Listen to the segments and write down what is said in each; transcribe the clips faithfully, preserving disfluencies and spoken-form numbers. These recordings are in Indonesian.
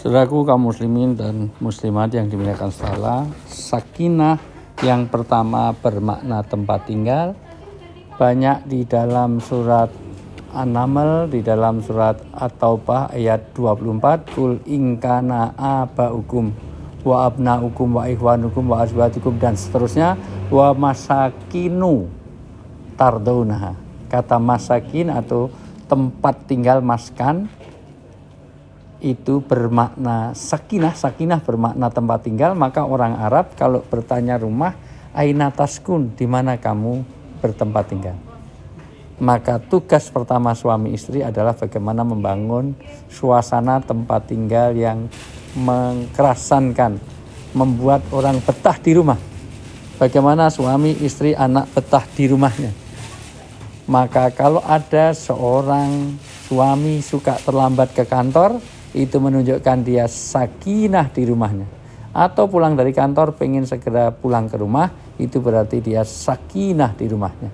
Saudaraku kaum muslimin dan muslimat yang dimuliakan Allah, sakinah yang pertama bermakna tempat tinggal. Banyak di dalam surat An-Naml, di dalam surat At-Taubah ayat dua puluh empat, kul ingkana abaukum wa abnaukum wa ikhwanukum wa azwajukum, dan seterusnya, wa masakinu tardaunaha. Kata masakin atau tempat tinggal, maskan, itu bermakna sakinah. Sakinah bermakna tempat tinggal. Maka orang Arab kalau bertanya rumah, aina taskun, di mana kamu bertempat tinggal. Maka tugas pertama suami istri adalah bagaimana membangun suasana tempat tinggal yang mengkerasankan, membuat orang betah di rumah. Bagaimana suami istri anak betah di rumahnya. Maka kalau ada seorang suami suka terlambat ke kantor, itu menunjukkan dia sakinah di rumahnya. Atau pulang dari kantor pengen segera pulang ke rumah, itu berarti dia sakinah di rumahnya.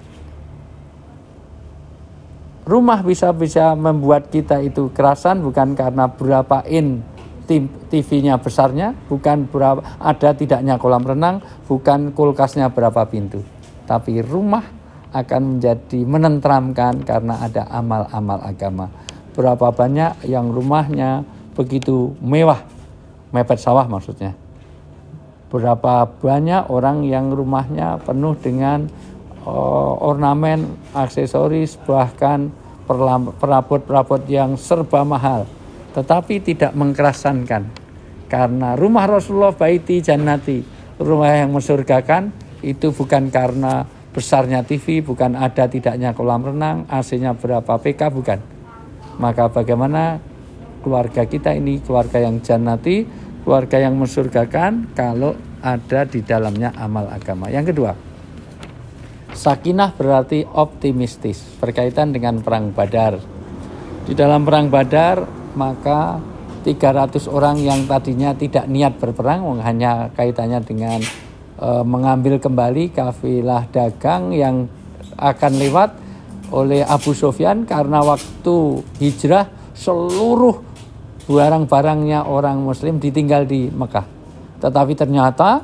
Rumah bisa-bisa membuat kita itu kerasan bukan karena berapa in T V-nya besarnya, bukan berapa ada tidaknya kolam renang, bukan kulkasnya berapa pintu. Tapi rumah akan menjadi menenteramkan karena ada amal-amal agama. Berapa banyak yang rumahnya begitu mewah, mepet sawah maksudnya. Berapa banyak orang yang rumahnya penuh dengan uh, ornamen, aksesoris, bahkan perabot-perabot yang serba mahal. Tetapi tidak mengkerasankan. Karena rumah Rasulullah baiti jannati, rumah yang mensurgakan, itu bukan karena besarnya T V, bukan ada tidaknya kolam renang, A C-nya berapa P K, bukan. Maka bagaimana keluarga kita ini keluarga yang jannati, keluarga yang mensurgakan kalau ada di dalamnya amal agama. Yang kedua, sakinah berarti optimistis berkaitan dengan perang Badar. Di dalam perang Badar maka tiga ratus orang yang tadinya tidak niat berperang, hanya kaitannya dengan e, mengambil kembali kafilah dagang yang akan lewat oleh Abu Sufyan, karena waktu hijrah seluruh barang-barangnya orang muslim ditinggal di Mekah. Tetapi ternyata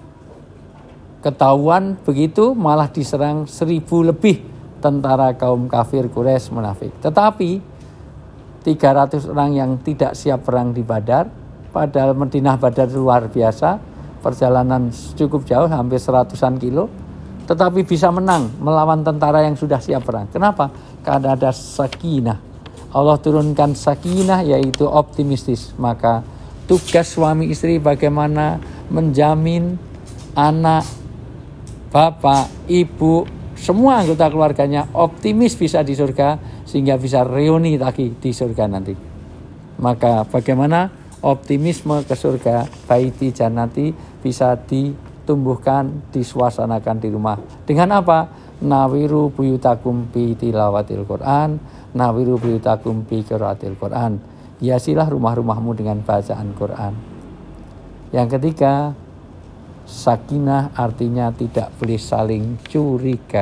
ketahuan begitu malah diserang seribu lebih tentara kaum kafir Quraisy munafik. Tetapi tiga ratus orang yang tidak siap perang di Badar, padahal Madinah Badar luar biasa, perjalanan cukup jauh hampir seratusan kilo, tetapi bisa menang melawan tentara yang sudah siap perang. Kenapa? Karena ada sakinah. Allah turunkan sakinah, yaitu optimistis. Maka tugas suami istri bagaimana menjamin anak, bapak, ibu, semua anggota keluarganya optimis bisa di surga, sehingga bisa reuni lagi di surga nanti. Maka bagaimana optimisme ke surga baiti jannati bisa di tumbuhkan, disuasanakan di rumah. Dengan apa? Nawiru buyutakum bi tilawatil Quran, nawiru buyutakum bi qiraatil Quran. Hiasilah rumah-rumahmu dengan bacaan Quran. Yang ketiga, sakinah artinya tidak boleh saling curiga.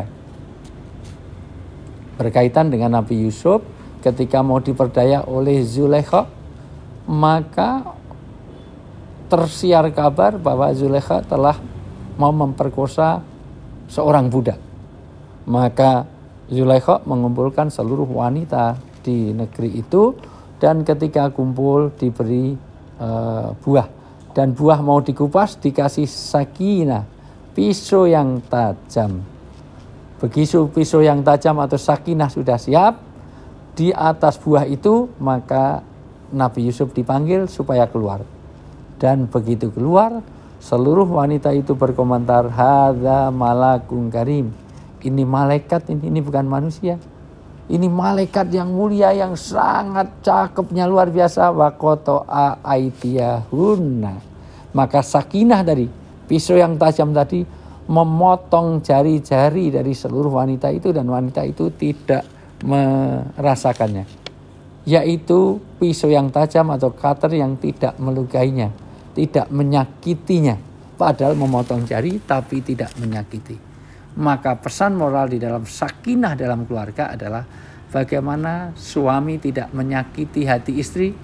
Berkaitan dengan Nabi Yusuf ketika mau diperdaya oleh Zulaikha, maka tersiar kabar bahwa Zulaikha telah mau memperkosa seorang budak. Maka Zulaikha mengumpulkan seluruh wanita di negeri itu, dan ketika kumpul diberi uh, buah, dan buah mau dikupas dikasih sakinah, pisau yang tajam. Begitu pisau yang tajam atau sakinah sudah siap di atas buah itu, maka Nabi Yusuf dipanggil supaya keluar. Dan begitu keluar, seluruh wanita itu berkomentar, hadza malakun karim. Ini malaikat, ini, ini bukan manusia. Ini malaikat yang mulia, yang sangat cakepnya luar biasa. Wa qata'a aydiyahunna. Maka sakinah dari pisau yang tajam tadi memotong jari-jari dari seluruh wanita itu, dan wanita itu tidak merasakannya. Yaitu pisau yang tajam atau cutter yang tidak melukainya, tidak menyakitinya, padahal memotong jari tapi tidak menyakiti. Maka pesan moral di dalam sakinah dalam keluarga adalah bagaimana suami tidak menyakiti hati istri,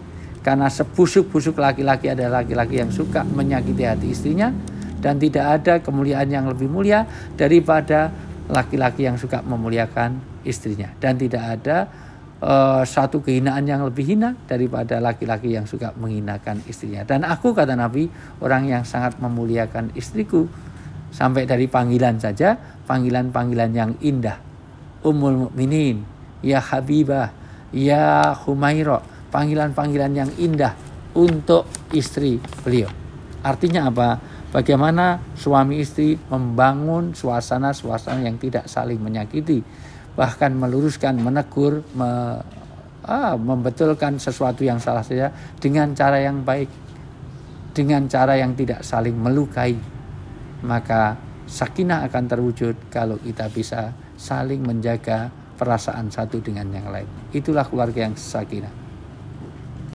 Karena sebusuk-busuk laki-laki adalah laki-laki yang suka menyakiti hati istrinya, dan tidak ada kemuliaan yang lebih mulia daripada laki-laki yang suka memuliakan istrinya. Dan tidak ada uh, satu kehinaan yang lebih hina daripada laki-laki yang suka menghinakan istrinya. Dan aku, kata Nabi, orang yang sangat memuliakan istriku. Sampai dari panggilan saja, panggilan-panggilan yang indah. Ummul Mukminin, ya Habibah, ya Humaira, panggilan-panggilan yang indah untuk istri beliau. Artinya apa? Bagaimana suami istri membangun suasana-suasana yang tidak saling menyakiti, bahkan meluruskan, menegur, me, ah, membetulkan sesuatu yang salah saja dengan cara yang baik, dengan cara yang tidak saling melukai. Maka sakinah akan terwujud kalau kita bisa saling menjaga perasaan satu dengan yang lain. Itulah keluarga yang sakinah.